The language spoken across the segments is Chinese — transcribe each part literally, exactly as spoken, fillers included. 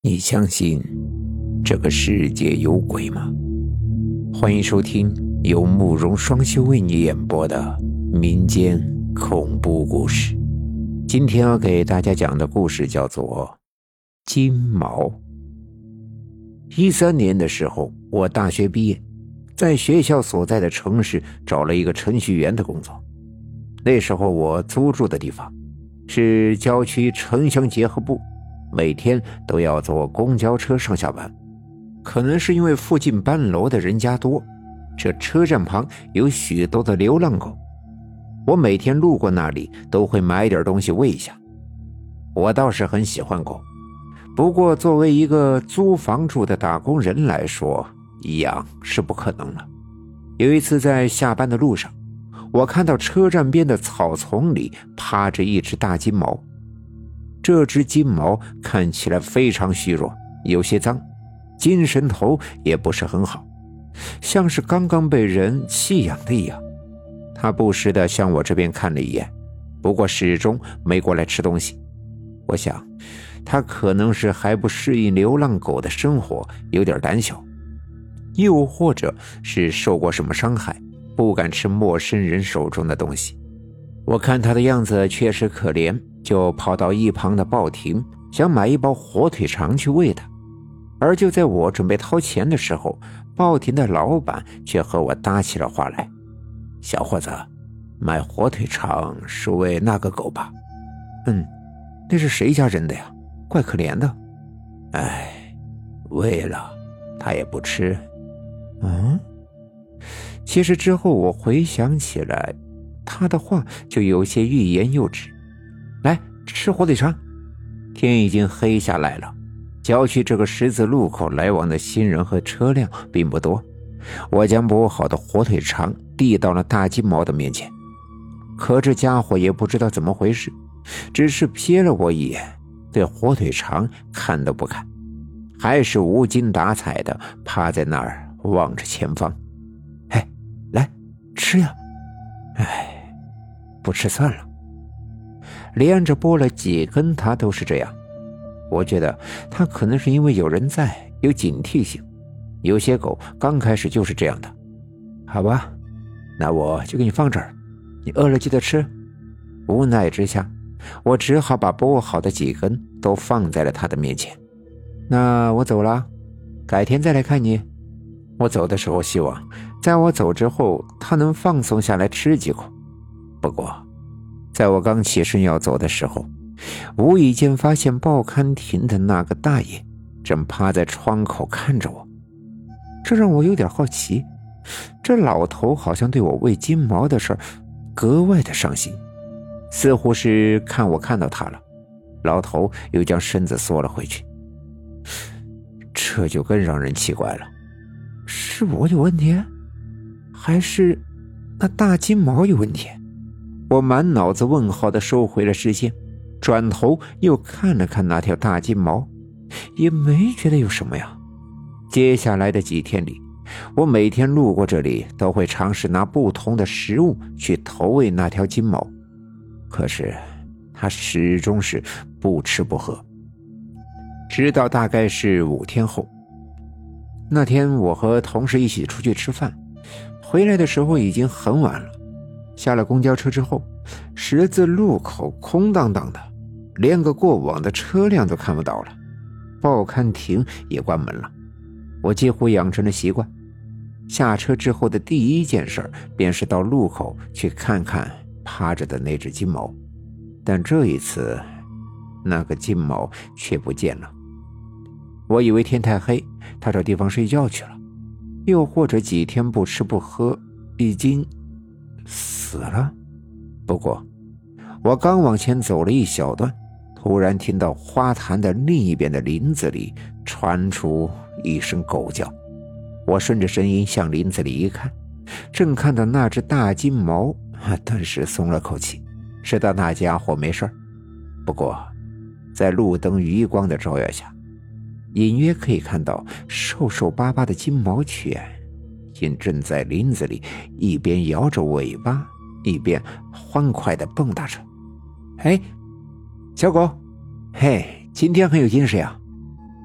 你相信这个世界有鬼吗？欢迎收听由慕容双修为你演播的民间恐怖故事。今天要给大家讲的故事叫做金毛。一三年的时候，我大学毕业，在学校所在的城市找了一个程序员的工作。那时候我租住的地方是郊区城乡结合部，每天都要坐公交车上下班。可能是因为附近搬楼的人家多，这车站旁有许多的流浪狗，我每天路过那里都会买点东西喂一下。我倒是很喜欢狗，不过作为一个租房住的打工人来说，养是不可能了。有一次在下班的路上，我看到车站边的草丛里趴着一只大金毛。这只金毛看起来非常虚弱，有些脏，精神头也不是很好，像是刚刚被人弃养的一样。它不时地向我这边看了一眼，不过始终没过来吃东西。我想它可能是还不适应流浪狗的生活，有点胆小，又或者是受过什么伤害，不敢吃陌生人手中的东西。我看它的样子确实可怜，就跑到一旁的报亭，想买一包火腿肠去喂它。而就在我准备掏钱的时候，报亭的老板却和我搭起了话来：小伙子，买火腿肠是喂那个狗吧？嗯，那是谁家人的呀？怪可怜的。哎，喂了他也不吃。嗯，其实之后我回想起来，他的话就有些欲言又止。来，吃火腿肠。天已经黑下来了，郊区这个十字路口来往的行人和车辆并不多。我将剥好的火腿肠递到了大金毛的面前，可这家伙也不知道怎么回事，只是瞥了我一眼，对火腿肠看都不看，还是无精打采的趴在那儿望着前方。哎，来吃呀！哎，不吃算了。连着剥了几根，他都是这样。我觉得他可能是因为有人在，有警惕性。有些狗刚开始就是这样的。好吧，那我就给你放这儿，你饿了记得吃。无奈之下，我只好把剥好的几根都放在了他的面前。那我走了，改天再来看你。我走的时候希望在我走之后他能放松下来吃几口。不过在我刚起身要走的时候，无意间发现报刊亭的那个大爷正趴在窗口看着我，这让我有点好奇。这老头好像对我喂金毛的事儿格外的上心，似乎是看我看到他了，老头又将身子缩了回去。这就更让人奇怪了，是我有问题，还是那大金毛有问题？我满脑子问号地收回了视线，转头又看了看那条大金毛，也没觉得有什么呀。接下来的几天里，我每天路过这里都会尝试拿不同的食物去投喂那条金毛，可是它始终是不吃不喝。直到大概是五天后，那天我和同事一起出去吃饭，回来的时候已经很晚了。下了公交车之后，十字路口空荡荡的，连个过往的车辆都看不到了，报刊亭也关门了。我几乎养成了习惯，下车之后的第一件事便是到路口去看看趴着的那只金毛。但这一次那个金毛却不见了。我以为天太黑，他找地方睡觉去了，又或者几天不吃不喝，已经死了。不过我刚往前走了一小段，突然听到花坛的另一边的林子里传出一声狗叫。我顺着声音向林子里一看，正看到那只大金毛，顿时松了口气，知道那家伙没事。不过在路灯余光的照耀下，隐约可以看到瘦瘦巴巴的金毛犬因正在林子里一边摇着尾巴，一边欢快地蹦跶着。嘿，小狗，嘿，今天很有精神呀。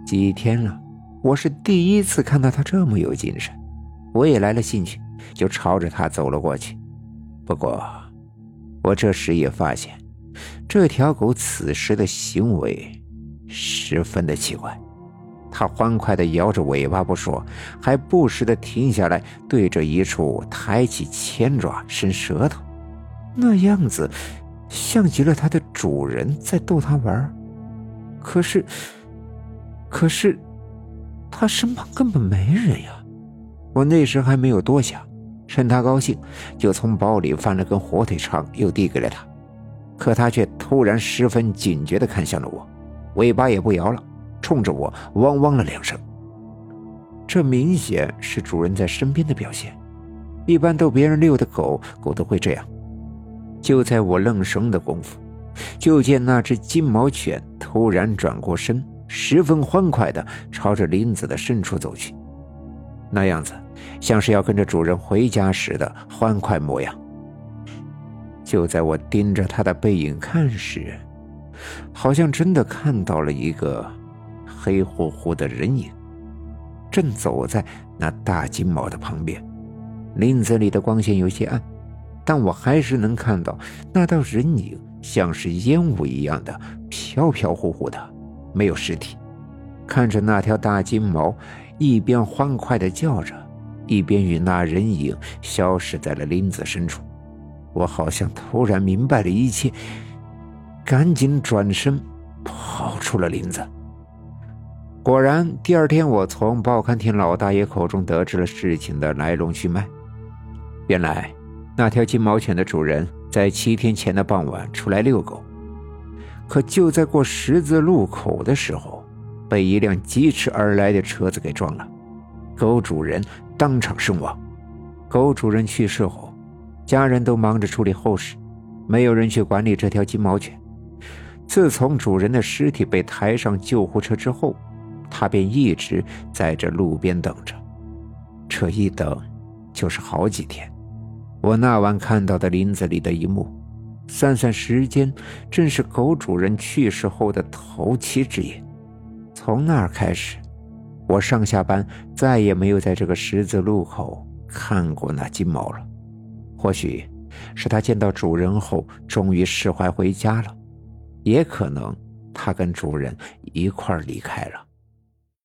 几天了，我是第一次看到他这么有精神，我也来了兴趣，就朝着他走了过去。不过我这时也发现，这条狗此时的行为十分的奇怪。它欢快地摇着尾巴不说，还不时地停下来，对着一处抬起前爪伸舌头，那样子像极了它的主人在逗它玩。可是可是它身旁根本没人呀。我那时还没有多想，趁他高兴，就从包里翻了根火腿肠又递给了他。可他却突然十分警觉地看向了我，尾巴也不摇了，冲着我汪汪了两声。这明显是主人在身边的表现，一般逗别人遛的狗狗都会这样。就在我愣神的功夫，就见那只金毛犬突然转过身，十分欢快地朝着林子的深处走去，那样子像是要跟着主人回家时的欢快模样。就在我盯着它的背影看时，好像真的看到了一个黑乎乎的人影，正走在那大金毛的旁边。林子里的光线有些暗，但我还是能看到那道人影像是烟雾一样的飘飘忽忽的，没有实体。看着那条大金毛一边欢快地叫着，一边与那人影消失在了林子深处，我好像突然明白了一切，赶紧转身跑出了林子。果然第二天，我从报刊亭老大爷口中得知了事情的来龙去脉。原来那条金毛犬的主人在七天前的傍晚出来遛狗，可就在过十字路口的时候，被一辆疾驰而来的车子给撞了，狗主人当场身亡。狗主人去世后，家人都忙着处理后事，没有人去管理这条金毛犬。自从主人的尸体被抬上救护车之后，他便一直在这路边等着，这一等就是好几天。我那晚看到的林子里的一幕，算算时间，正是狗主人去世后的头七之夜。从那儿开始，我上下班再也没有在这个十字路口看过那金毛了。或许是他见到主人后终于释怀回家了，也可能他跟主人一块儿离开了。